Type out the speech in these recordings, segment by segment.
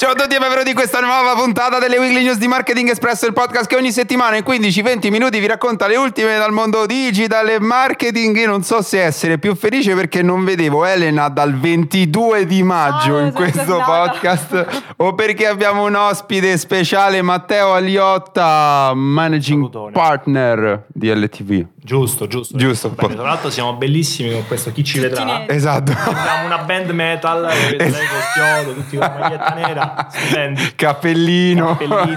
Ciao a tutti e benvenuti in questa nuova puntata delle Weekly News di Marketing Espresso, il podcast che ogni settimana in 15-20 minuti vi racconta le ultime dal mondo digital e marketing. Io non so se essere più felice perché non vedevo Elena dal 22 di maggio in questo podcast o perché abbiamo un ospite speciale, Matteo Aliotta, Managing Partner di LTV. Giusto. Tra l'altro siamo bellissimi con questo Chi ci vedrà. Esatto. Abbiamo una band metal, vedete lei col chiodo, tutti con maglietta nera, stupendi. Cappellino.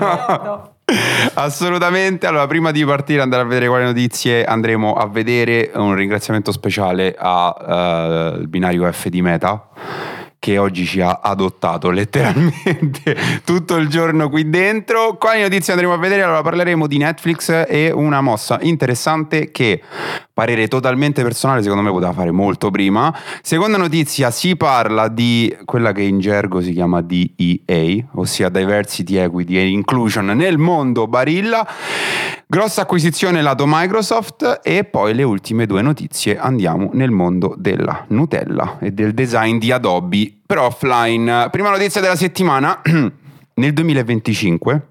Assolutamente. Allora, prima di partire andare a vedere quali notizie andremo a vedere, un ringraziamento speciale al binario F di Meta, che oggi ci ha adottato letteralmente tutto il giorno qui dentro. Quali notizie andremo a vedere? Allora, parleremo di Netflix e una mossa interessante che, parere totalmente personale, secondo me poteva fare molto prima. Seconda notizia, si parla di quella che in gergo si chiama DEA, ossia Diversity, Equity e Inclusion nel mondo Barilla. Grossa acquisizione lato Microsoft. E poi le ultime due notizie, andiamo nel mondo della Nutella e del design di Adobe per offline. Prima notizia della settimana. Nel 2025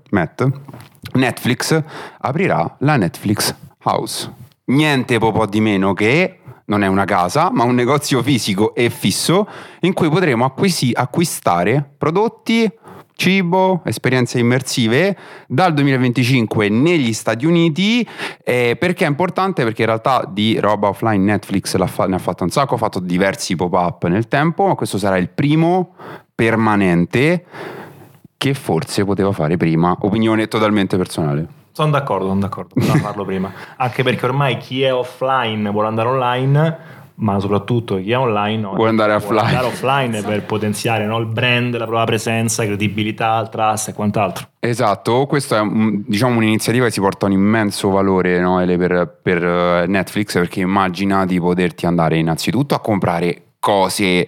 Netflix aprirà la Netflix House. Niente po' di meno che, non è una casa, ma un negozio fisico e fisso in cui potremo acquistare prodotti, cibo, esperienze immersive dal 2025 negli Stati Uniti. Perché è importante? Perché in realtà di roba offline Netflix ne ha fatto un sacco, ha fatto diversi pop-up nel tempo, ma questo sarà il primo permanente che forse poteva fare prima. Opinione totalmente personale. Sono d'accordo, poteva farlo prima. Anche perché ormai chi è offline vuole andare online, ma soprattutto chi è online vuole andare offline per potenziare, no, il brand, la propria presenza, credibilità, il trust e quant'altro. Esatto, questa è un'iniziativa che si porta un immenso valore, no, per Netflix, perché immagina di poterti andare innanzitutto a comprare cose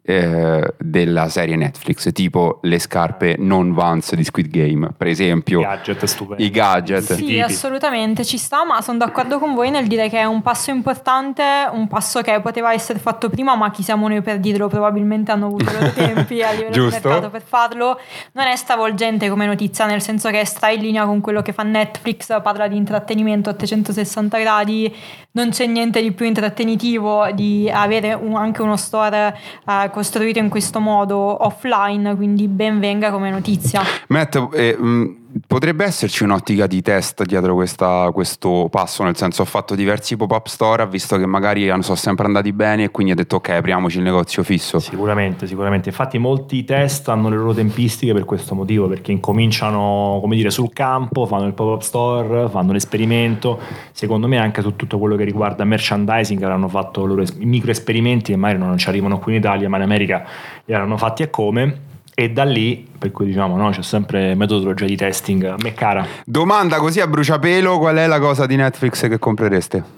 della serie Netflix, tipo le scarpe non Vans di Squid Game, per esempio. I gadget. Sì, assolutamente ci sta, ma sono d'accordo con voi nel dire che è un passo importante, un passo che poteva essere fatto prima, ma chi siamo noi per dirlo? Probabilmente hanno avuto i loro tempi a livello di mercato per farlo. Non è stravolgente come notizia, nel senso che sta in linea con quello che fa Netflix, parla di intrattenimento a 360 gradi, non c'è niente di più intrattenitivo di avere anche uno store costruito in questo modo offline, quindi ben venga come notizia. Matt, potrebbe esserci un'ottica di test dietro questo passo, nel senso, ho fatto diversi pop-up store, ha visto che magari sono sempre andati bene e quindi ha detto ok, apriamoci il negozio fisso. Sicuramente, infatti molti test hanno le loro tempistiche per questo motivo, perché incominciano, come dire, sul campo, fanno il pop-up store, fanno l'esperimento. Secondo me anche su tutto quello che riguarda merchandising avranno fatto loro micro esperimenti che magari non ci arrivano qui in Italia, ma in America li avranno fatti e come. E da lì, per cui diciamo, no, c'è sempre metodologia di testing a me cara. Domanda così a bruciapelo: qual è la cosa di Netflix che comprereste?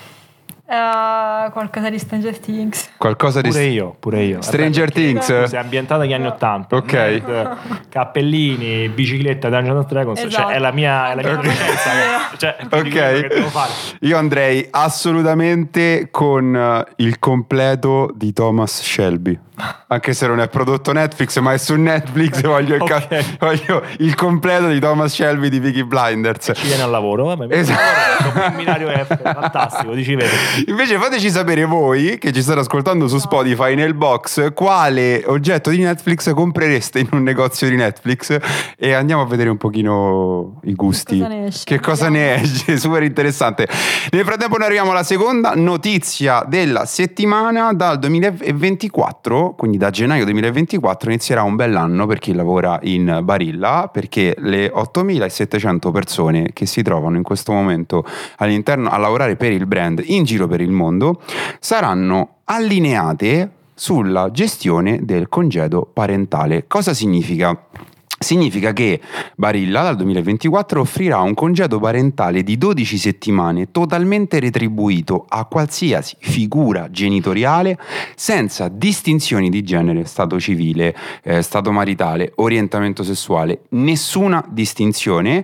Qualcosa di Stranger Things. Pure io. Stranger Things si è ambientata negli anni 80. Ok. Cappellini, bicicletta, Dungeons and Dragons, esatto. Cioè è la mia adolescenza, cioè, ok. Che devo fare. Io andrei assolutamente con il completo di Thomas Shelby, anche se non è prodotto Netflix, ma è su Netflix. Voglio il completo di Thomas Shelby di Peaky Blinders. Ci viene al lavoro, esatto. Un binario F, fantastico, dici vedi. Invece fateci sapere voi che ci state ascoltando su Spotify nel box quale oggetto di Netflix comprereste in un negozio di Netflix, e andiamo a vedere un pochino i gusti. Che cosa ne esce? Super interessante. Nel frattempo noi arriviamo alla seconda notizia della settimana. Dal 2024, quindi da gennaio 2024, inizierà un bell'anno per chi lavora in Barilla, perché le 8.700 persone che si trovano in questo momento all'interno a lavorare per il brand in giro per il mondo saranno allineate sulla gestione del congedo parentale. Cosa significa? significa che Barilla dal 2024 offrirà un congedo parentale di 12 settimane totalmente retribuito a qualsiasi figura genitoriale senza distinzioni di genere, stato civile, stato maritale, orientamento sessuale, nessuna distinzione.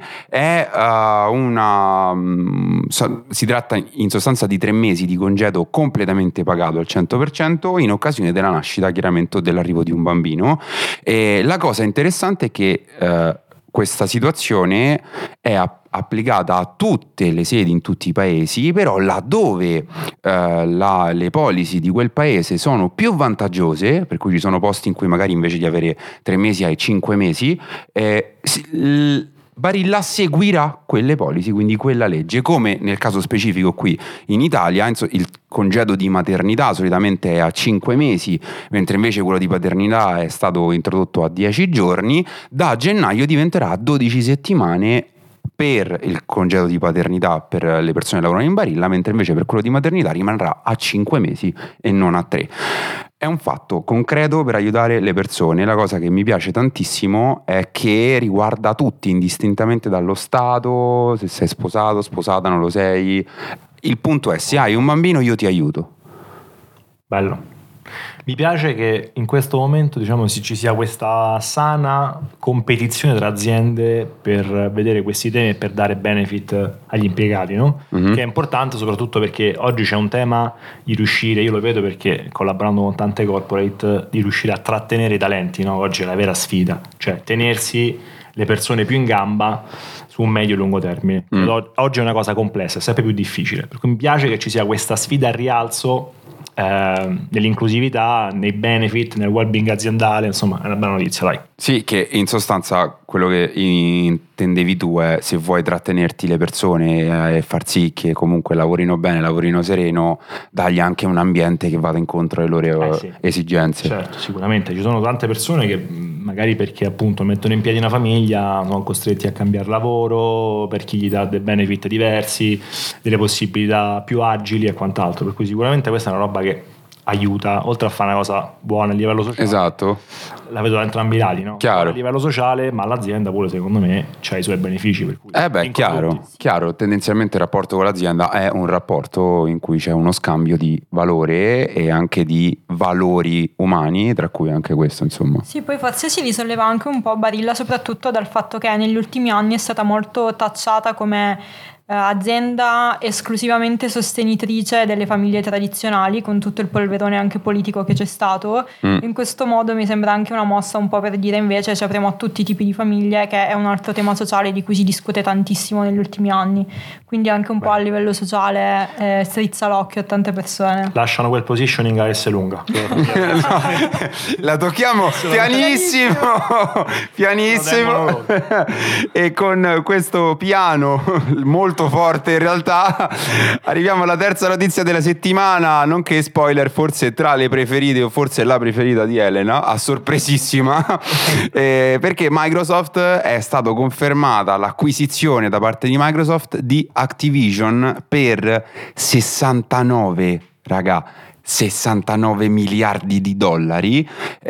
Si tratta in sostanza di 3 mesi di congedo completamente pagato al 100% in occasione della nascita, chiaramente, o dell'arrivo di un bambino. E la cosa interessante è che questa situazione è applicata a tutte le sedi in tutti i paesi, però laddove le policy di quel paese sono più vantaggiose, per cui ci sono posti in cui magari invece di avere 3 mesi hai 5 mesi, Barilla seguirà quelle policy, quindi quella legge, come nel caso specifico qui in Italia il congedo di maternità solitamente è a 5 mesi, mentre invece quello di paternità è stato introdotto a 10 giorni, da gennaio diventerà a 12 settimane per il congedo di paternità per le persone che lavorano in Barilla, mentre invece per quello di maternità rimarrà a 5 mesi e non a 3. È un fatto concreto per aiutare le persone. La cosa che mi piace tantissimo è che riguarda tutti, indistintamente dallo stato, se sei sposato, sposata, non lo sei. Il punto è: se hai un bambino io ti aiuto. Bello. Mi piace che in questo momento, diciamo, ci sia questa sana competizione tra aziende per vedere questi temi e per dare benefit agli impiegati, no? Mm-hmm. Che è importante soprattutto perché oggi c'è un tema di riuscire, io lo vedo perché collaborando con tante corporate, di riuscire a trattenere i talenti, no? Oggi è la vera sfida, cioè tenersi le persone più in gamba su un medio e lungo termine. Oggi è una cosa complessa, è sempre più difficile, per cui mi piace che ci sia questa sfida al rialzo nell'inclusività, nei benefit, nel well-being aziendale. Insomma, è una bella notizia, dai. Sì, che in sostanza quello che intendevi tu è: se vuoi trattenerti le persone e far sì che comunque lavorino bene, lavorino sereno, dagli anche un ambiente che vada incontro alle loro esigenze. Certo, sicuramente ci sono tante persone che magari perché appunto mettono in piedi una famiglia sono costretti a cambiare lavoro, per chi gli dà dei benefit diversi, delle possibilità più agili e quant'altro, per cui sicuramente questa è una roba che aiuta, oltre a fare una cosa buona a livello sociale. Esatto. La vedo da entrambi i lati, no? Chiaro. A livello sociale, ma l'azienda pure secondo me c'ha i suoi benefici, per cui chiaro, tendenzialmente il rapporto con l'azienda è un rapporto in cui c'è uno scambio di valore e anche di valori umani, tra cui anche questo, insomma. Sì, poi forse si risolleva anche un po' Barilla soprattutto dal fatto che negli ultimi anni è stata molto tacciata come azienda esclusivamente sostenitrice delle famiglie tradizionali, con tutto il polverone anche politico che c'è stato. In questo modo mi sembra anche una mossa un po' per dire invece ci apriamo a tutti i tipi di famiglie, che è un altro tema sociale di cui si discute tantissimo negli ultimi anni, quindi anche un po' a livello sociale strizza l'occhio a tante persone. Lasciano quel positioning a S lunga. No, la tocchiamo pianissimo e con questo piano molto forte in realtà arriviamo alla terza notizia della settimana, nonché spoiler forse tra le preferite o forse la preferita di Elena, a sorpresissima perché Microsoft è stato confermata l'acquisizione da parte di Microsoft di Activision per 69 miliardi di dollari.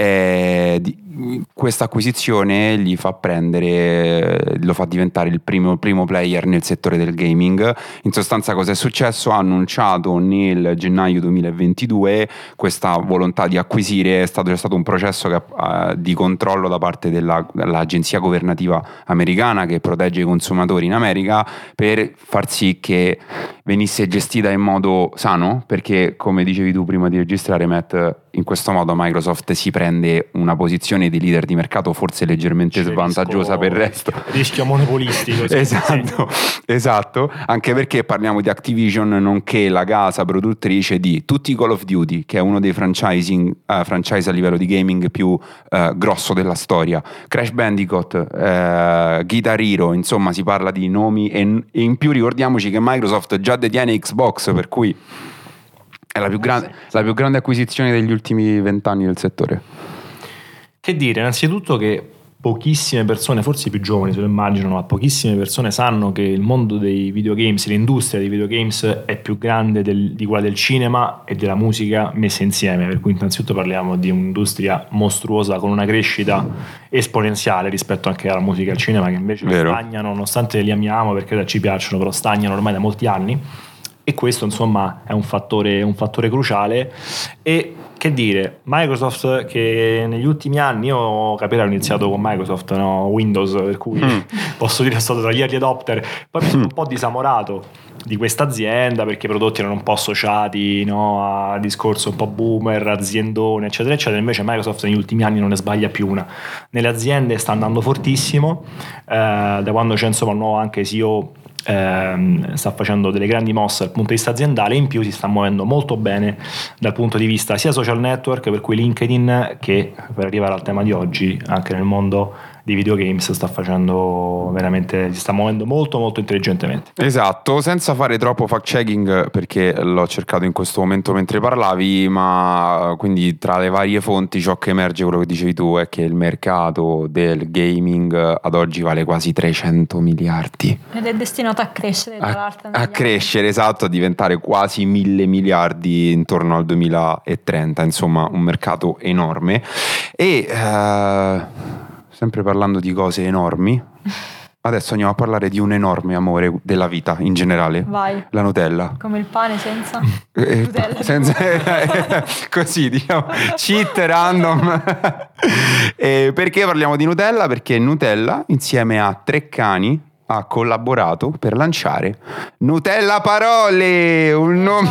Questa acquisizione gli fa lo fa diventare il primo player nel settore del gaming. In sostanza, cosa è successo? Ha annunciato nel gennaio 2022 questa volontà di acquisire. C'è stato un processo di controllo da parte dell'agenzia governativa americana che protegge i consumatori in America, per far sì che venisse gestita in modo sano, perché come dicevi tu prima di registrare, Matt, in questo modo Microsoft si prende una posizione di leader di mercato forse leggermente svantaggiosa per il resto. Rischio monopolistico. Esatto, anche perché parliamo di Activision, nonché la casa produttrice di tutti i Call of Duty, che è uno dei franchise a livello di gaming più grosso della storia, Crash Bandicoot, Guitar Hero, insomma si parla di nomi e in più ricordiamoci che Microsoft già detiene Xbox, per cui è la più grande acquisizione degli ultimi 20 anni del settore. Che dire, innanzitutto che pochissime persone, forse i più giovani se lo immaginano, ma pochissime persone sanno che il mondo dei videogames, l'industria dei videogames è più grande di quella del cinema e della musica messe insieme, per cui innanzitutto parliamo di un'industria mostruosa con una crescita esponenziale rispetto anche alla musica e al cinema, che invece stagnano, nonostante li amiamo perché ci piacciono, però stagnano ormai da molti anni. E questo insomma è un fattore cruciale. E che dire, Microsoft, che negli ultimi anni, io capito, ho iniziato con Microsoft, no? Windows, per cui posso dire sono stato tra gli early adopter, poi mi sono un po' disamorato di questa azienda perché i prodotti erano un po' associati, no, a discorso un po' boomer, aziendone, eccetera eccetera. Invece Microsoft negli ultimi anni non ne sbaglia più una. Nelle aziende sta andando fortissimo, da quando c'è insomma un nuovo anche CEO, sta facendo delle grandi mosse dal punto di vista aziendale, e in più si sta muovendo molto bene dal punto di vista sia social network, per cui LinkedIn, che per arrivare al tema di oggi anche nel mondo di videogames sta facendo veramente, si sta muovendo molto molto intelligentemente. Esatto, senza fare troppo fact checking perché l'ho cercato in questo momento mentre parlavi, ma quindi tra le varie fonti ciò che emerge, quello che dicevi tu, è che il mercato del gaming ad oggi vale quasi 300 miliardi ed è destinato a crescere, tra l'altro, a crescere, esatto, a diventare quasi 1.000 miliardi intorno al 2030, insomma un mercato enorme. E sempre parlando di cose enormi, adesso andiamo a parlare di un enorme amore della vita in generale. Vai. La Nutella. Come il pane senza Nutella. Senza, così, diciamo, cheat random. Perché parliamo di Nutella? Perché Nutella, insieme a Treccani, ha collaborato per lanciare Nutella Parole, un nome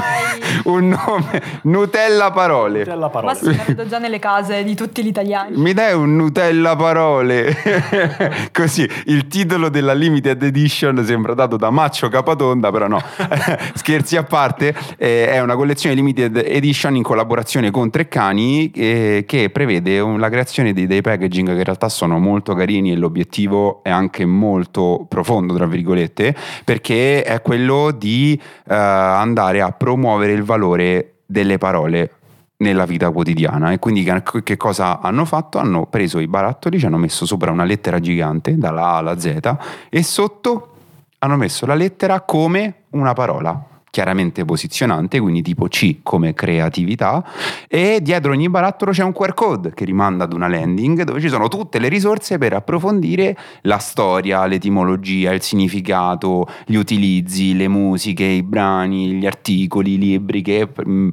Nutella Parole. Nutella Parole. Ma sì, la vedo già nelle case di tutti gli italiani. Mi dai un Nutella Parole? Così, il titolo della limited edition sembra dato da Maccio Capatonda, però no, scherzi a parte, è una collezione limited edition in collaborazione con Treccani, che prevede la creazione di dei packaging che in realtà sono molto carini, e l'obiettivo è anche molto profondo, tra virgolette, perché è quello di andare a promuovere il valore delle parole nella vita quotidiana. E quindi che cosa hanno fatto? Hanno preso i barattoli, ci hanno messo sopra una lettera gigante dalla A alla Z, e sotto hanno messo la lettera come una parola chiaramente posizionante, quindi tipo C come creatività, e dietro ogni barattolo c'è un QR code che rimanda ad una landing dove ci sono tutte le risorse per approfondire la storia, l'etimologia, il significato, gli utilizzi, le musiche, i brani, gli articoli, i libri che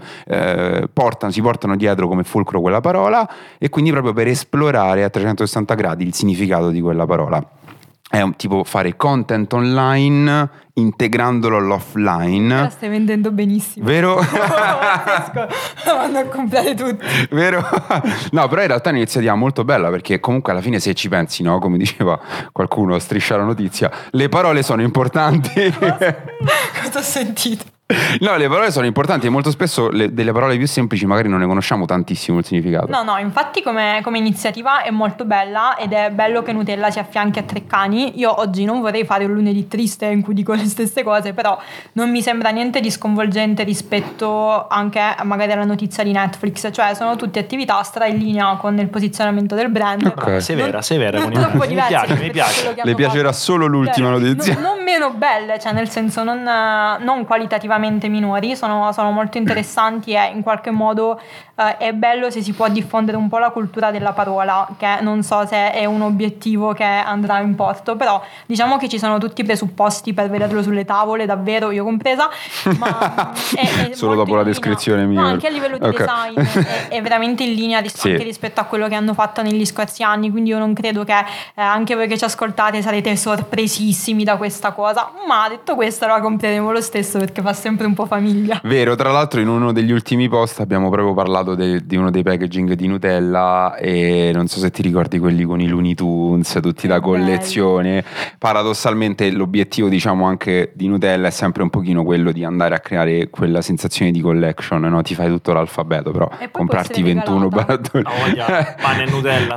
si portano dietro come fulcro quella parola, e quindi proprio per esplorare a 360 gradi il significato di quella parola. È un tipo fare content online integrandolo all'offline. La stai vendendo benissimo. Vero? Lo vanno a comprare tutti. Vero? No, però in realtà è un'iniziativa molto bella, perché comunque alla fine, se ci pensi, no, come diceva qualcuno, Striscia la Notizia, le parole sono importanti. Cosa ho sentito? No, le parole sono importanti, e molto spesso delle parole più semplici magari non ne conosciamo tantissimo il significato. No, infatti come iniziativa è molto bella, ed è bello che Nutella si affianchi a Treccani. Io oggi non vorrei fare un lunedì triste in cui dico le stesse cose, però non mi sembra niente di sconvolgente rispetto anche magari alla notizia di Netflix, cioè sono tutte attività stra in linea con il posizionamento del brand. Okay. Severa con mi piace. Le piacerà solo l'ultima notizia. Non meno belle, cioè nel senso non qualitativamente minori, sono molto interessanti, e in qualche modo è bello se si può diffondere un po' la cultura della parola, che non so se è un obiettivo che andrà in porto, però diciamo che ci sono tutti i presupposti per vederlo sulle tavole, davvero, io compresa, ma è solo dopo la descrizione mia. No, anche a livello di design è veramente in linea anche rispetto a quello che hanno fatto negli scorsi anni, quindi io non credo che anche voi che ci ascoltate sarete sorpresissimi da questa cosa, ma detto questo la compreremo lo stesso, perché fa sempre un po' famiglia. Vero, tra l'altro in uno degli ultimi post abbiamo proprio parlato di uno dei packaging di Nutella, e non so se ti ricordi quelli con i Looney Tunes, tutti da collezione. Paradossalmente l'obiettivo, diciamo, anche di Nutella è sempre un pochino quello di andare a creare quella sensazione di collection, no? Ti fai tutto l'alfabeto, però comprarti 21 barattoli. Pane e Nutella.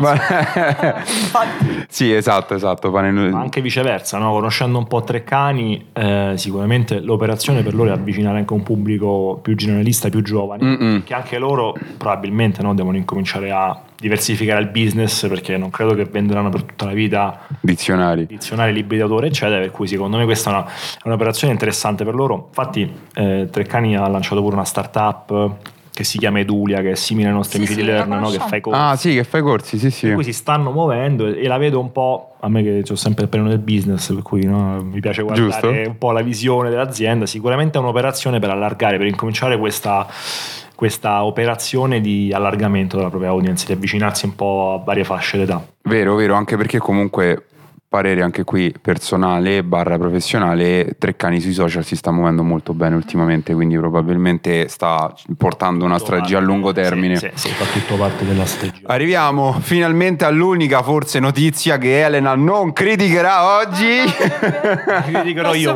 Sì, esatto, pane e Nutella. Ma anche viceversa, no? Conoscendo un po' Treccani, sicuramente l'operazione per loro è avvicinare anche un pubblico più generalista, più giovane, che anche loro probabilmente devono incominciare a diversificare il business, perché non credo che venderanno per tutta la vita dizionari, libri d'autore eccetera, per cui secondo me questa è un'operazione interessante per loro. Infatti Treccani ha lanciato pure una startup che si chiama Edulia, che è simile ai nostri amici di Learn, che fa i corsi. Che fa i corsi, sì. Per cui si stanno muovendo e la vedo un po', a me che ho sempre il pelo del business, per cui mi piace guardare un po' la visione dell'azienda. Sicuramente è un'operazione per allargare, per incominciare questa operazione di allargamento della propria audience, di avvicinarsi un po' a varie fasce d'età. Vero, anche perché comunque, parere anche qui personale / professionale, Treccani sui social si sta muovendo molto bene ultimamente, quindi probabilmente sta portando una strategia a lungo termine. Sì, fa tutto parte della strategia. Arriviamo finalmente all'unica forse notizia che Elena non criticherà oggi. Criticherò io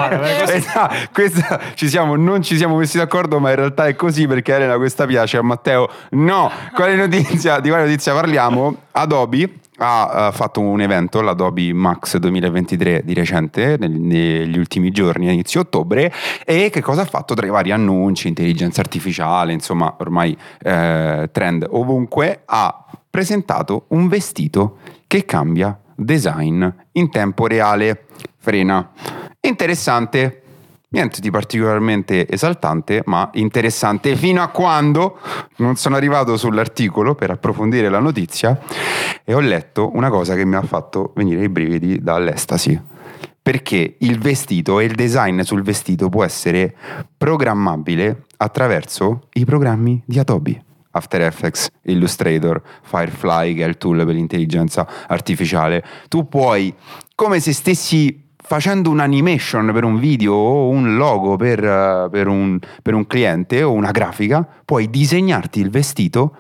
questa non ci siamo messi d'accordo, ma in realtà è così, perché Elena questa piace, a Matteo no. Di quale notizia parliamo? Adobe ha fatto un evento, l'Adobe Max 2023 di recente, negli ultimi giorni, a inizio ottobre, e che cosa ha fatto tra i vari annunci, intelligenza artificiale, insomma ormai trend ovunque, ha presentato un vestito che cambia design in tempo reale. Frena. Interessante. Niente di particolarmente esaltante, ma interessante, fino a quando non sono arrivato sull'articolo per approfondire la notizia e ho letto una cosa che mi ha fatto venire i brividi dall'estasi. Perché il vestito e il design sul vestito può essere programmabile attraverso i programmi di Adobe. After Effects, Illustrator, Firefly, che è il tool per l'intelligenza artificiale. Tu puoi, come se stessi facendo un'animation per un video o un logo per un cliente o una grafica, puoi disegnarti il vestito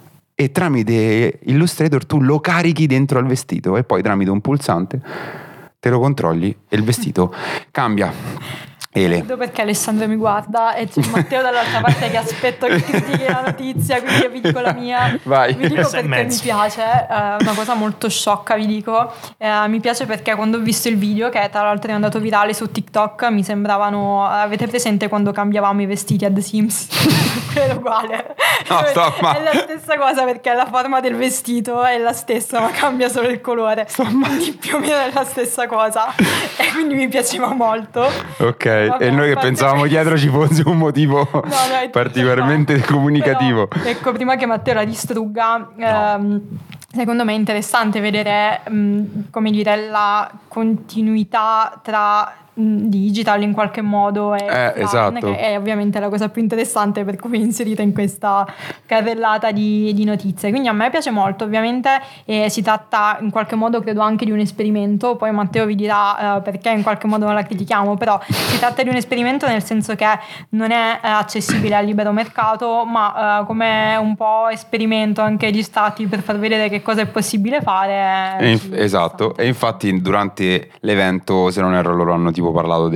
e tramite Illustrator tu lo carichi dentro al vestito e poi tramite un pulsante te lo controlli e il vestito cambia. Vedo perché Alessandro mi guarda e c'è Matteo dall'altra parte che aspetto che critichi la notizia, quindi io vi dico la mia. Vai. Vi dico perché mi piace, una cosa molto sciocca vi dico, mi piace perché quando ho visto il video, che tra l'altro è andato virale su TikTok, mi sembravano, avete presente quando cambiavamo i vestiti a The Sims? Quello uguale. No, stop, ma... È la stessa cosa, perché la forma del vestito è la stessa, ma cambia solo il colore. Quindi più o meno è la stessa cosa e quindi mi piaceva molto. Ok. Vabbè, e noi che pensavamo dietro ci fosse un motivo particolarmente comunicativo. Però, ecco, prima che Matteo la distrugga, secondo me è interessante vedere come dire, la continuità tra digital in qualche modo esatto, che è ovviamente la cosa più interessante, per cui è inserita in questa carrellata di notizie. Quindi a me piace molto, ovviamente si tratta in qualche modo credo anche di un esperimento, poi Matteo vi dirà perché in qualche modo non la critichiamo, però si tratta di un esperimento nel senso che non è accessibile al libero mercato, ma come un po' esperimento anche di stati per far vedere che cosa è possibile fare. Esatto, e infatti durante l'evento, se non erro, loro hanno tipo parlato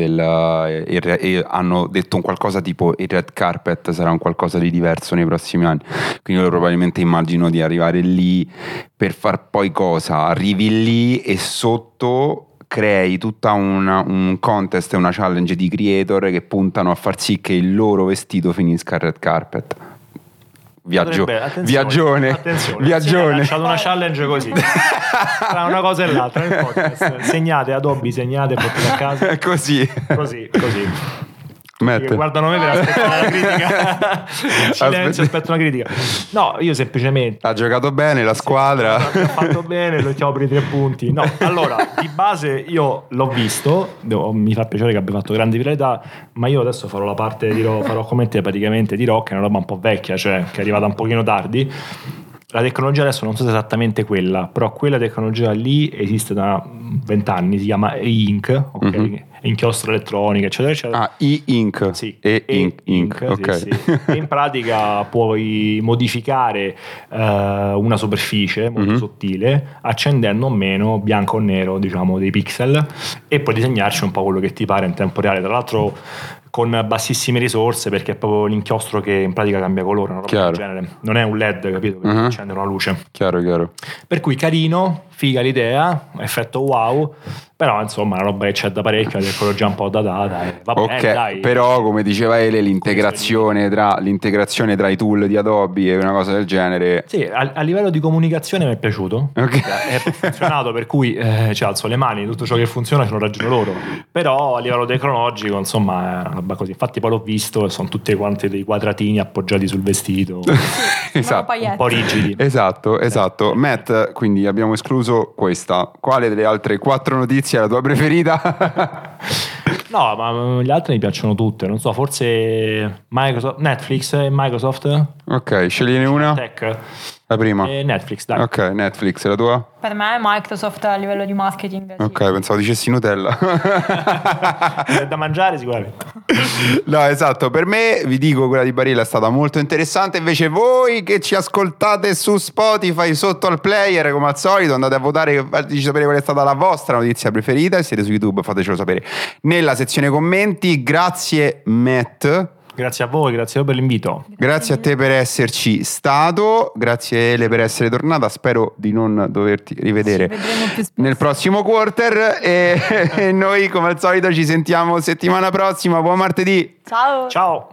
hanno detto un qualcosa tipo il red carpet sarà un qualcosa di diverso nei prossimi anni, quindi io probabilmente immagino di arrivare lì per far poi cosa? Arrivi lì e sotto crei tutta un contest e una challenge di creator che puntano a far sì che il loro vestito finisca al red carpet. Viaggione. Ha lasciato una challenge così tra una cosa e l'altra nel podcast. Segnate Adobe, segnate, portate a casa così. Guardano me per aspettare la critica. Silenzio, aspetto una critica. No, io semplicemente ha giocato bene la squadra, ha fatto bene, lo chiamo per i 3 punti. No, allora di base io l'ho visto, mi fa piacere che abbia fatto grandi viralità, ma io adesso farò la parte farò come te praticamente di rock, è una roba un po' vecchia, cioè che è arrivata un pochino tardi. La tecnologia adesso non so se è esattamente quella, però quella tecnologia lì esiste da 20 anni, si chiama e-ink, ok? Mm-hmm. Inchiostro elettronico, eccetera, eccetera. Ah, e-ink. Sì. E-ink, ok. Sì. E in pratica puoi modificare una superficie molto sottile, accendendo o meno, bianco o nero, diciamo, dei pixel, e puoi disegnarci un po' quello che ti pare in tempo reale. Tra l'altro con bassissime risorse, perché è proprio l'inchiostro che in pratica cambia colore, una roba del genere. Non è un LED, capito? Che accende una luce. Chiaro. Per cui carino, figa l'idea, effetto wow, però insomma è una roba che c'è da parecchio, la tecnologia un po' datata. Va bene, dai. Però come diceva Ele, l'integrazione tra i tool di Adobe e una cosa del genere. Sì, a livello di comunicazione mi è piaciuto. È funzionato, per cui ci alzo le mani, tutto ciò che funziona ce l'ho ragione loro. Però a livello tecnologico, insomma, è una roba così. Infatti poi l'ho visto e sono tutti quanti dei quadratini appoggiati sul vestito. Esatto. Un po' rigidi. Esatto. Matt, quindi abbiamo escluso questa. Quale delle altre 4 notizie è la tua preferita? No, ma le altre mi piacciono tutte. Non so, forse Netflix e Microsoft. Ok, scegliene una. Tech. La prima. Netflix, dai. Ok, Netflix, la tua? Per me è Microsoft a livello di marketing. Sì. Ok, pensavo dicessi Nutella. È da mangiare sicuramente. No, esatto, per me vi dico quella di Barilla è stata molto interessante. Invece voi che ci ascoltate su Spotify sotto al player, come al solito, andate a votare, fateci sapere qual è stata la vostra notizia preferita. Se siete su YouTube fatecelo sapere nella sezione commenti. Grazie Matt. Grazie a voi per l'invito. Grazie a te per esserci stato, grazie Ele per essere tornata, spero di non doverti rivedere nel prossimo quarter e noi come al solito ci sentiamo settimana prossima, buon martedì. Ciao.